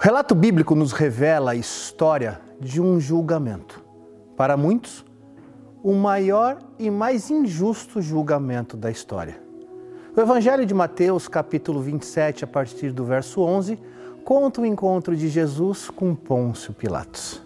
relato bíblico nos revela a história de um julgamento. Para muitos, o maior e mais injusto julgamento da história. O Evangelho de Mateus, capítulo 27, a partir do verso 11, conta o encontro de Jesus com Pôncio Pilatos.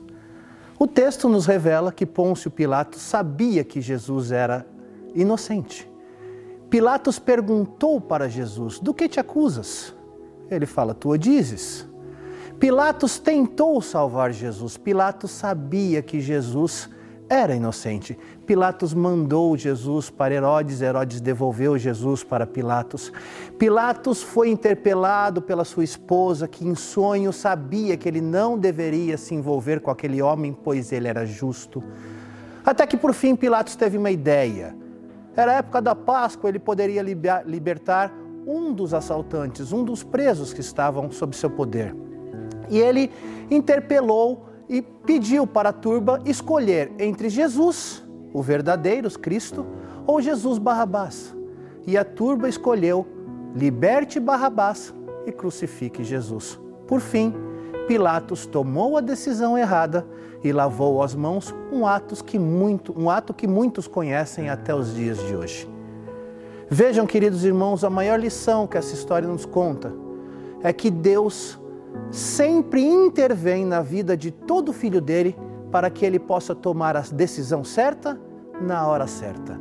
O texto nos revela que Pôncio Pilatos sabia que Jesus era inocente. Pilatos perguntou para Jesus: do que te acusas? Ele fala: tu o dizes. Pilatos tentou salvar Jesus. Pilatos sabia que Jesus era inocente. Pilatos mandou Jesus para Herodes. Herodes devolveu Jesus para Pilatos. Pilatos foi interpelado pela sua esposa, que em sonho sabia que ele não deveria se envolver com aquele homem, pois ele era justo. Até que por fim Pilatos teve uma ideia. Era a época da Páscoa, ele poderia libertar um dos assaltantes, um dos presos que estavam sob seu poder. E ele interpelou e pediu para a turba escolher entre Jesus, o verdadeiro Cristo, ou Jesus Barrabás. E a turba escolheu: liberte Barrabás e crucifique Jesus. Por fim, Pilatos tomou a decisão errada e lavou as mãos, um ato que muitos conhecem até os dias de hoje. Vejam, queridos irmãos, a maior lição que essa história nos conta é que Deus sempre intervém na vida de todo filho dele para que ele possa tomar a decisão certa na hora certa.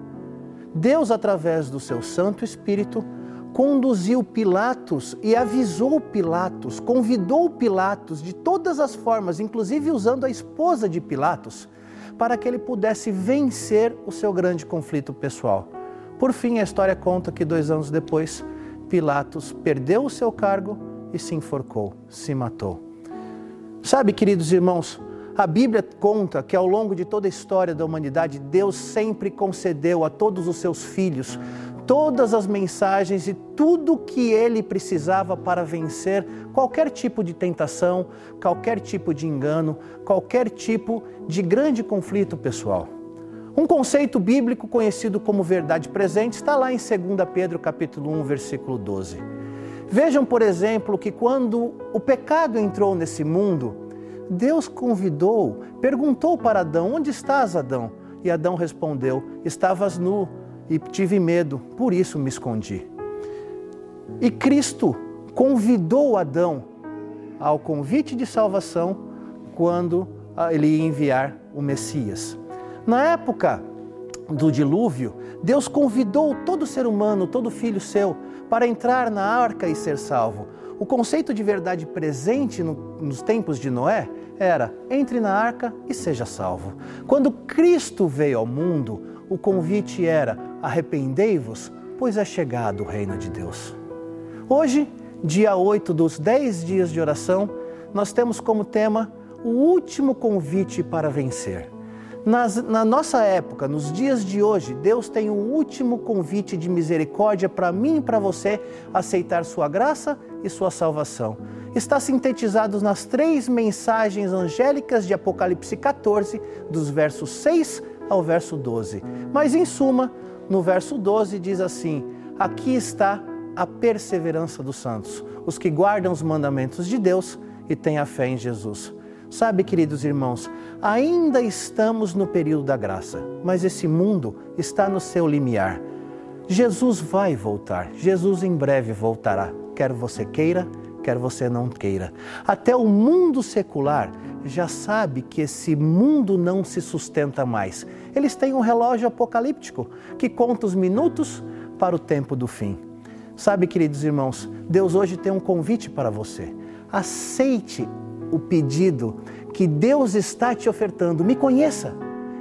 Deus, através do seu Santo Espírito, conduziu Pilatos e avisou Pilatos, convidou Pilatos de todas as formas, inclusive usando a esposa de Pilatos, para que ele pudesse vencer o seu grande conflito pessoal. Por fim, a história conta que 2 anos depois, Pilatos perdeu o seu cargo e se enforcou, se matou. Sabe, queridos irmãos, a Bíblia conta que ao longo de toda a história da humanidade, Deus sempre concedeu a todos os seus filhos todas as mensagens e tudo o que ele precisava para vencer qualquer tipo de tentação, qualquer tipo de engano, qualquer tipo de grande conflito pessoal. Um conceito bíblico conhecido como verdade presente está lá em 2 Pedro capítulo 1, versículo 12. Vejam, por exemplo, que quando o pecado entrou nesse mundo, Deus perguntou para Adão: onde estás, Adão? E Adão respondeu: estavas nu e tive medo, por isso me escondi. E Cristo convidou Adão ao convite de salvação quando ele ia enviar o Messias. Na época do dilúvio, Deus convidou todo ser humano, todo filho seu, para entrar na arca e ser salvo. O conceito de verdade presente nos tempos de Noé era: entre na arca e seja salvo. Quando Cristo veio ao mundo, o convite era: arrependei-vos, pois é chegado o reino de Deus. Hoje, dia 8 dos 10 dias de oração, nós temos como tema o último convite para vencer. Na nossa época, nos dias de hoje, Deus tem o último convite de misericórdia para mim e para você aceitar sua graça e sua salvação. Está sintetizado nas 3 mensagens angélicas de Apocalipse 14, dos versos 6 ao verso 12. Mas em suma, no verso 12 diz assim: aqui está a perseverança dos santos, os que guardam os mandamentos de Deus e têm a fé em Jesus. Sabe, queridos irmãos, ainda estamos no período da graça, mas esse mundo está no seu limiar. Jesus vai voltar, Jesus em breve voltará, quer você queira, quer você não queira. Até o mundo secular já sabe que esse mundo não se sustenta mais. Eles têm um relógio apocalíptico que conta os minutos para o tempo do fim. Sabe, queridos irmãos, Deus hoje tem um convite para você. Aceite o pedido que Deus está te ofertando. Me conheça,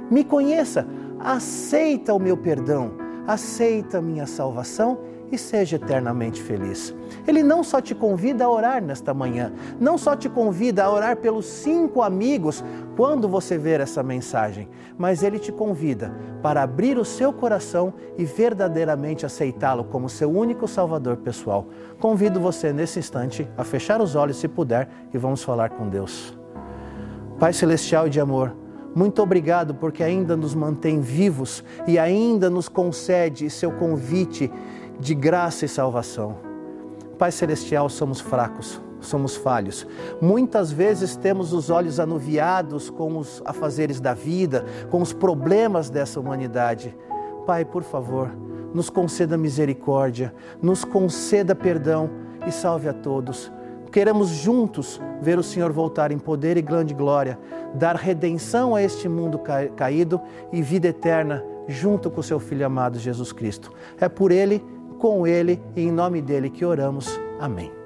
aceita o meu perdão, aceita a minha salvação e seja eternamente feliz. Ele não só te convida a orar nesta manhã, não só te convida a orar pelos 5 amigos quando você ver essa mensagem, mas ele te convida para abrir o seu coração e verdadeiramente aceitá-lo como seu único salvador pessoal. Convido você nesse instante a fechar os olhos se puder e vamos falar com Deus. Pai celestial e de amor, muito obrigado porque ainda nos mantém vivos e ainda nos concede seu convite de graça e salvação. Pai celestial, somos fracos, somos falhos. Muitas vezes temos os olhos anuviados com os afazeres da vida, com os problemas dessa humanidade. Pai, por favor, nos conceda misericórdia, nos conceda perdão e salve a todos. Queremos juntos ver o Senhor voltar em poder e grande glória, dar redenção a este mundo caído e vida eterna junto com o seu Filho amado Jesus Cristo. É por Ele, com Ele e em nome dEle que oramos. Amém.